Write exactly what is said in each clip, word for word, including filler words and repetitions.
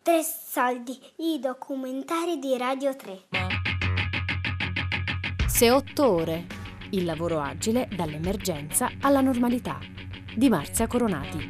Tre soldi, i documentari di Radio tre. Se otto ore, il lavoro agile dall'emergenza alla normalità, di Marzia Coronati.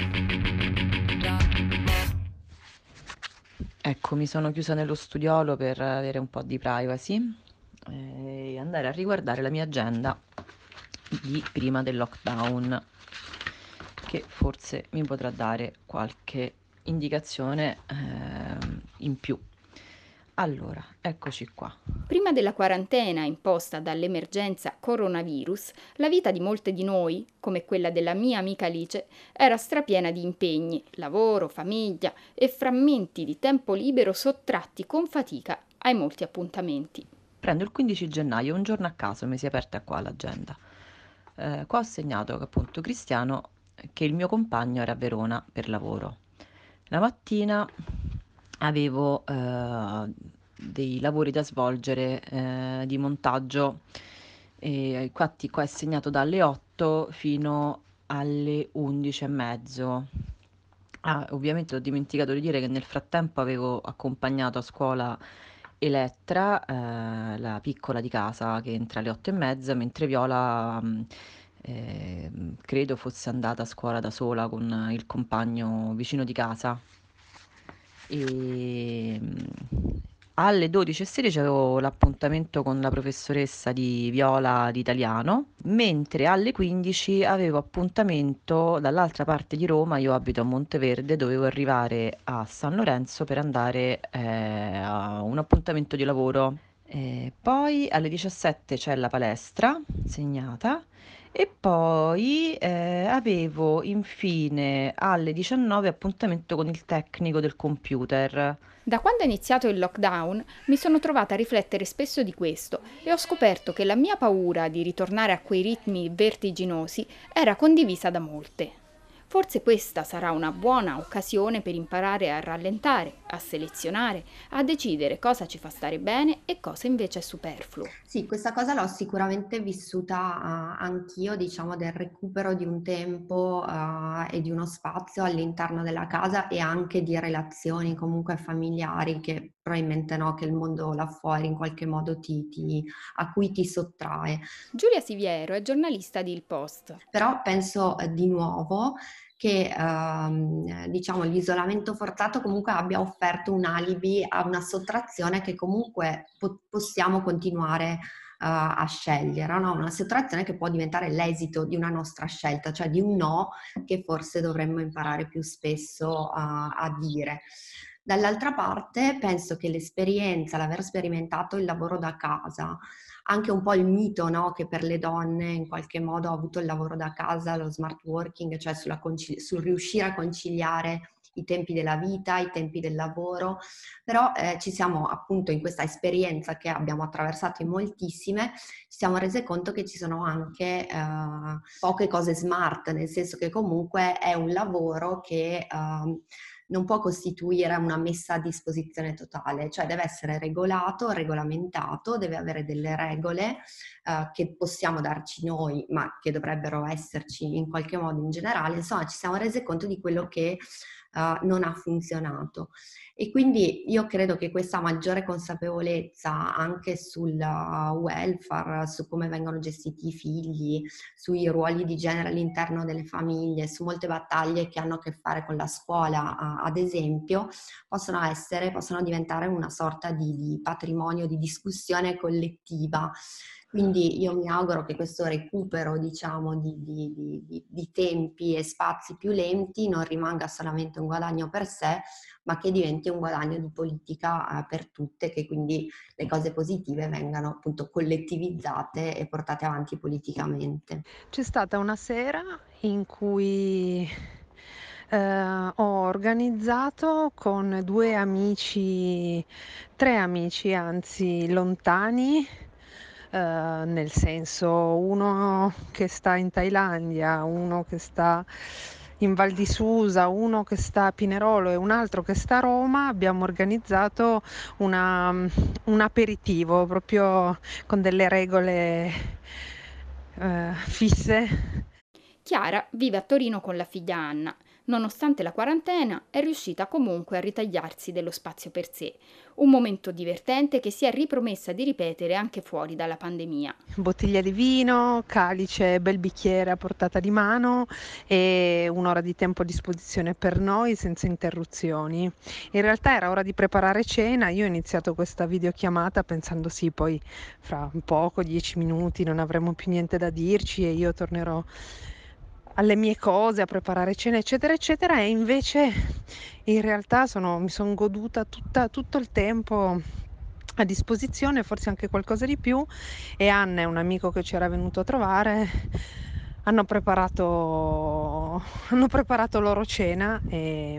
Ecco, mi sono chiusa nello studiolo per avere un po' di privacy e andare a riguardare la mia agenda di prima del lockdown, che forse mi potrà dare qualche indicazione eh, in più. Allora, eccoci qua. Prima della quarantena imposta dall'emergenza coronavirus, la vita di molte di noi, come quella della mia amica Alice, era strapiena di impegni, lavoro, famiglia e frammenti di tempo libero sottratti con fatica ai molti appuntamenti. Prendo il quindici gennaio, un giorno a caso mi si è aperta qua l'agenda. Eh, qua ho segnato che appunto Cristiano, che il mio compagno era a Verona per lavoro. La mattina avevo eh, dei lavori da svolgere eh, di montaggio, e infatti qua è segnato dalle otto fino alle undici e mezzo. Ah, ovviamente ho dimenticato di dire che nel frattempo avevo accompagnato a scuola Elettra, eh, la piccola di casa, che entra alle otto e mezza, mentre Viola mh, eh, credo fosse andata a scuola da sola con il compagno vicino di casa. E mh, alle dodici e sedici avevo l'appuntamento con la professoressa di viola di italiano, mentre alle quindici avevo appuntamento dall'altra parte di Roma. Io abito a Monteverde, dovevo arrivare a San Lorenzo per andare eh, a un appuntamento di lavoro. E poi alle diciassette c'è la palestra segnata. E poi eh, avevo infine alle diciannove appuntamento con il tecnico del computer. Da quando è iniziato il lockdown mi sono trovata a riflettere spesso di questo e ho scoperto che la mia paura di ritornare a quei ritmi vertiginosi era condivisa da molte. Forse questa sarà una buona occasione per imparare a rallentare, a selezionare, a decidere cosa ci fa stare bene e cosa invece è superfluo. Sì, questa cosa l'ho sicuramente vissuta uh, anch'io, diciamo, del recupero di un tempo uh, e di uno spazio all'interno della casa e anche di relazioni comunque familiari che probabilmente no, che il mondo là fuori in qualche modo ti, ti, a cui ti sottrae. Giulia Siviero è giornalista di Il Post. Però penso eh, di nuovo che ehm, diciamo l'isolamento forzato comunque abbia offerto un alibi a una sottrazione che comunque po- possiamo continuare uh, a scegliere, no? Una sottrazione che può diventare l'esito di una nostra scelta, cioè di un no che forse dovremmo imparare più spesso uh, a dire. Dall'altra parte penso che l'esperienza, l'aver sperimentato il lavoro da casa, anche un po' il mito, no, che per le donne in qualche modo ha avuto il lavoro da casa, lo smart working, cioè sulla concili- sul riuscire a conciliare i tempi della vita, i tempi del lavoro, però eh, ci siamo appunto in questa esperienza che abbiamo attraversato in moltissime, ci siamo rese conto che ci sono anche eh, poche cose smart, nel senso che comunque è un lavoro che eh, non può costituire una messa a disposizione totale, cioè deve essere regolato, regolamentato, deve avere delle regole eh, che possiamo darci noi, ma che dovrebbero esserci in qualche modo in generale. Insomma, ci siamo resi conto di quello che Uh, non ha funzionato e quindi io credo che questa maggiore consapevolezza anche sul uh, welfare, su come vengono gestiti i figli, sui ruoli di genere all'interno delle famiglie, su molte battaglie che hanno a che fare con la scuola uh, ad esempio, possono essere, possono diventare una sorta di, di patrimonio di discussione collettiva. Quindi io mi auguro che questo recupero, diciamo, di, di, di, di tempi e spazi più lenti non rimanga solamente un guadagno per sé, ma che diventi un guadagno di politica eh, per tutte, che quindi le cose positive vengano appunto collettivizzate e portate avanti politicamente. C'è stata una sera in cui eh, ho organizzato con due amici, tre amici anzi lontani, eh, nel senso uno che sta in Thailandia, uno che sta in Val di Susa, uno che sta a Pinerolo e un altro che sta a Roma. Abbiamo organizzato una, un aperitivo proprio con delle regole eh, fisse. Chiara vive a Torino con la figlia Anna. Nonostante la quarantena, è riuscita comunque a ritagliarsi dello spazio per sé. Un momento divertente che si è ripromessa di ripetere anche fuori dalla pandemia. Bottiglia di vino, calice, bel bicchiere a portata di mano e un'ora di tempo a disposizione per noi senza interruzioni. In realtà era ora di preparare cena, io ho iniziato questa videochiamata pensando sì, poi fra un poco, dieci minuti, non avremo più niente da dirci e io tornerò alle mie cose, a preparare cena, eccetera, eccetera, e invece in realtà sono, mi sono goduta tutta, tutto il tempo a disposizione, forse anche qualcosa di più, e Anna e un amico che ci era venuto a trovare hanno preparato, hanno preparato loro cena e...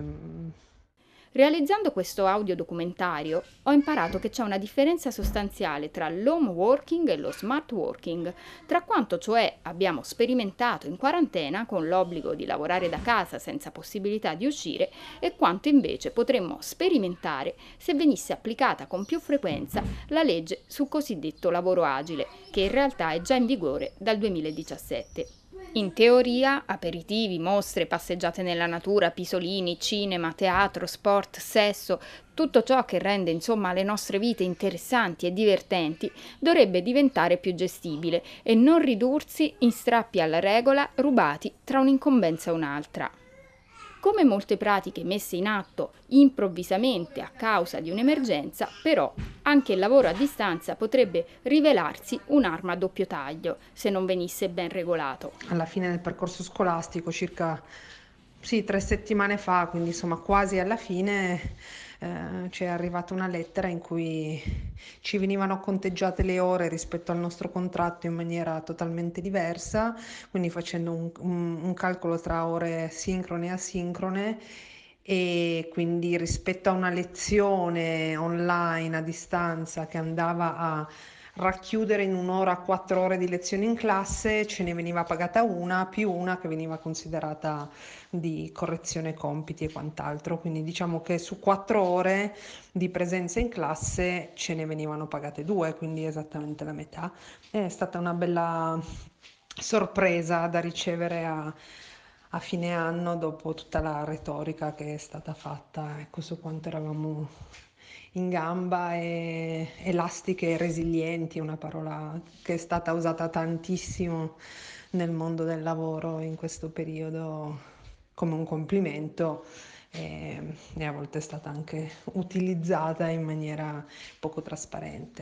Realizzando questo audiodocumentario ho imparato che c'è una differenza sostanziale tra l'home working e lo smart working, tra quanto cioè abbiamo sperimentato in quarantena con l'obbligo di lavorare da casa senza possibilità di uscire e quanto invece potremmo sperimentare se venisse applicata con più frequenza la legge sul cosiddetto lavoro agile, che in realtà è già in vigore dal duemiladiciassette. In teoria, aperitivi, mostre, passeggiate nella natura, pisolini, cinema, teatro, sport, sesso, tutto ciò che rende insomma le nostre vite interessanti e divertenti dovrebbe diventare più gestibile e non ridursi in strappi alla regola rubati tra un'incombenza e un'altra. Come molte pratiche messe in atto improvvisamente a causa di un'emergenza, però anche il lavoro a distanza potrebbe rivelarsi un'arma a doppio taglio se non venisse ben regolato. Alla fine del percorso scolastico, circa sì, tre settimane fa, quindi insomma quasi alla fine, eh, ci è arrivata una lettera in cui ci venivano conteggiate le ore rispetto al nostro contratto in maniera totalmente diversa, quindi facendo un, un, un calcolo tra ore sincrone e asincrone, e quindi rispetto a una lezione online a distanza che andava a racchiudere in un'ora quattro ore di lezione in classe, ce ne veniva pagata una più una che veniva considerata di correzione compiti e quant'altro, quindi diciamo che su quattro ore di presenza in classe ce ne venivano pagate due, quindi esattamente la metà. È stata una bella sorpresa da ricevere a, a fine anno dopo tutta la retorica che è stata fatta, ecco, su quanto eravamo in gamba e elastiche e resilienti, una parola che è stata usata tantissimo nel mondo del lavoro in questo periodo come un complimento, e, e a volte è stata anche utilizzata in maniera poco trasparente.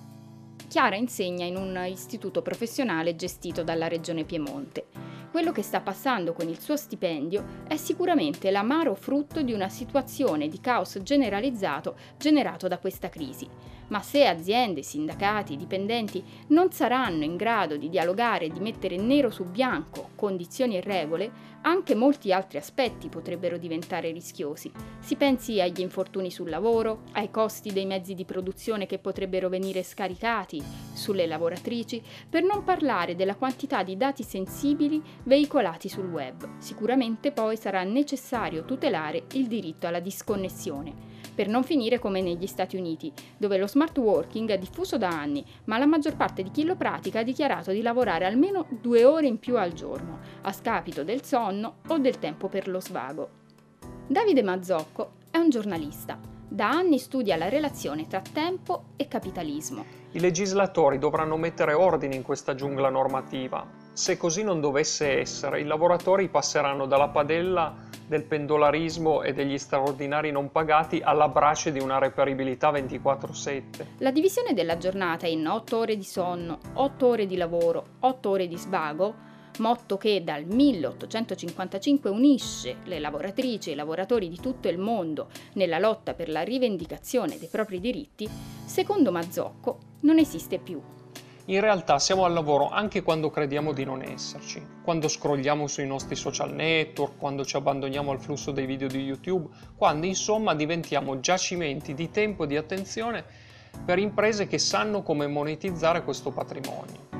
Chiara insegna in un istituto professionale gestito dalla Regione Piemonte. Quello che sta passando con il suo stipendio è sicuramente l'amaro frutto di una situazione di caos generalizzato generato da questa crisi. Ma se aziende, sindacati, dipendenti non saranno in grado di dialogare e di mettere nero su bianco condizioni e regole, anche molti altri aspetti potrebbero diventare rischiosi. Si pensi agli infortuni sul lavoro, ai costi dei mezzi di produzione che potrebbero venire scaricati sulle lavoratrici, per non parlare della quantità di dati sensibili veicolati sul web. Sicuramente poi sarà necessario tutelare il diritto alla disconnessione, per non finire come negli Stati Uniti, dove lo smart working è diffuso da anni, ma la maggior parte di chi lo pratica ha dichiarato di lavorare almeno due ore in più al giorno, a scapito del sonno o del tempo per lo svago. Davide Mazzocco è un giornalista. Da anni studia la relazione tra tempo e capitalismo. I legislatori dovranno mettere ordine in questa giungla normativa. Se così non dovesse essere, i lavoratori passeranno dalla padella del pendolarismo e degli straordinari non pagati alla brace di una reperibilità ventiquattro sette. La divisione della giornata in otto ore di sonno, otto ore di lavoro, otto ore di svago, motto che dal milleottocentocinquantacinque unisce le lavoratrici e i lavoratori di tutto il mondo nella lotta per la rivendicazione dei propri diritti, secondo Mazzocco non esiste più. In realtà siamo al lavoro anche quando crediamo di non esserci, quando scrolliamo sui nostri social network, quando ci abbandoniamo al flusso dei video di YouTube, quando insomma diventiamo giacimenti di tempo e di attenzione per imprese che sanno come monetizzare questo patrimonio.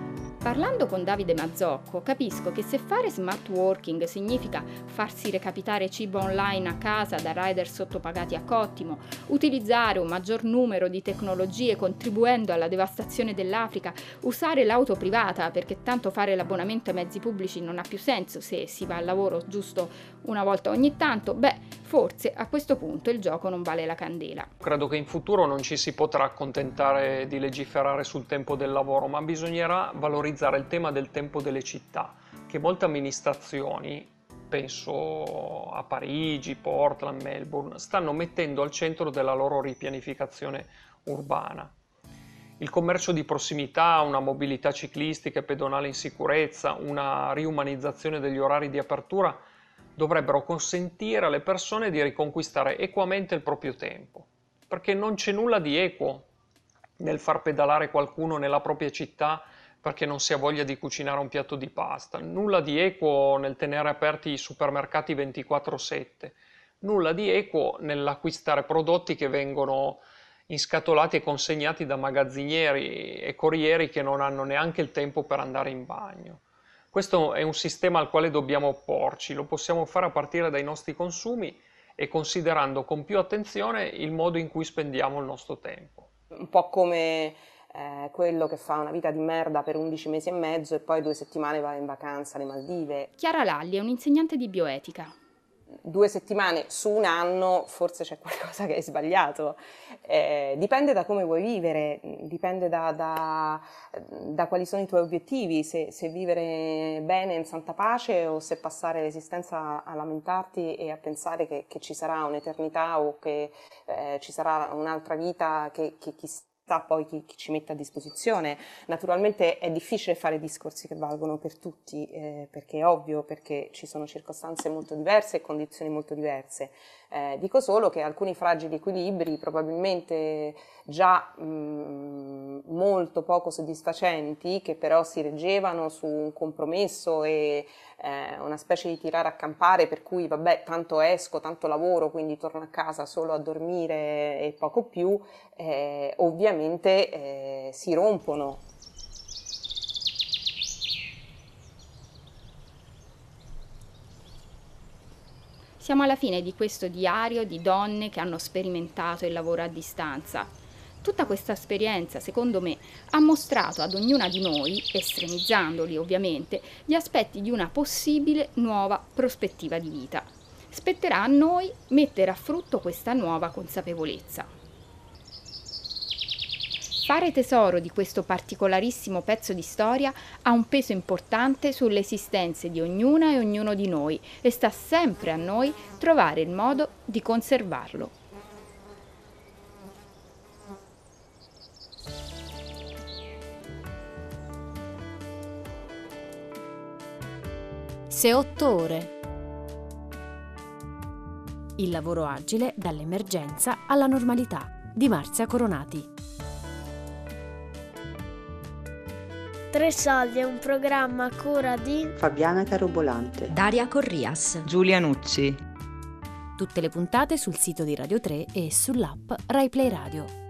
Parlando con Davide Mazzocco, capisco che se fare smart working significa farsi recapitare cibo online a casa da rider sottopagati a cottimo, utilizzare un maggior numero di tecnologie contribuendo alla devastazione dell'Africa, usare l'auto privata perché tanto fare l'abbonamento ai mezzi pubblici non ha più senso se si va al lavoro giusto una volta ogni tanto, beh, forse a questo punto il gioco non vale la candela. Credo che in futuro non ci si potrà accontentare di legiferare sul tempo del lavoro, ma bisognerà valorizzare il tema del tempo delle città, che molte amministrazioni, penso a Parigi, Portland, Melbourne, stanno mettendo al centro della loro ripianificazione urbana. Il commercio di prossimità, una mobilità ciclistica e pedonale in sicurezza, una riumanizzazione degli orari di apertura dovrebbero consentire alle persone di riconquistare equamente il proprio tempo, perché non c'è nulla di equo nel far pedalare qualcuno nella propria città perché non si ha voglia di cucinare un piatto di pasta, nulla di equo nel tenere aperti i supermercati ventiquattro sette, nulla di equo nell'acquistare prodotti che vengono inscatolati e consegnati da magazzinieri e corrieri che non hanno neanche il tempo per andare in bagno. Questo è un sistema al quale dobbiamo opporci, lo possiamo fare a partire dai nostri consumi e considerando con più attenzione il modo in cui spendiamo il nostro tempo. Un po' come eh, quello che fa una vita di merda per undici mesi e mezzo e poi due settimane va in vacanza alle Maldive. Chiara Lalli è un'insegnante di bioetica. Due settimane su un anno forse c'è qualcosa che è sbagliato. Eh, dipende da come vuoi vivere, dipende da, da, da quali sono i tuoi obiettivi, se, se vivere bene in santa pace o se passare l'esistenza a lamentarti e a pensare che, che ci sarà un'eternità o che eh, ci sarà un'altra vita che, che chissà poi chi, chi ci mette a disposizione. Naturalmente è difficile fare discorsi che valgono per tutti, eh, perché è ovvio, perché ci sono circostanze molto diverse e condizioni molto diverse. Eh, dico solo che alcuni fragili equilibri, probabilmente già mh, molto poco soddisfacenti, che però si reggevano su un compromesso e eh, una specie di tirare a campare, per cui vabbè, tanto esco, tanto lavoro, quindi torno a casa solo a dormire e poco più, eh, ovviamente eh, si rompono. Siamo alla fine di questo diario di donne che hanno sperimentato il lavoro a distanza. Tutta questa esperienza, secondo me, ha mostrato ad ognuna di noi, estremizzandoli ovviamente, gli aspetti di una possibile nuova prospettiva di vita. Spetterà a noi mettere a frutto questa nuova consapevolezza. Fare tesoro di questo particolarissimo pezzo di storia ha un peso importante sulle esistenze di ognuna e ognuno di noi e sta sempre a noi trovare il modo di conservarlo. Se otto ore. Il lavoro agile dall'emergenza alla normalità di Marzia Coronati. Tre soldi è un programma a cura di Fabiana Carobolante, Daria Corrias, Giulia Nucci. Tutte le puntate sul sito di Radio tre e sull'app RaiPlay Radio.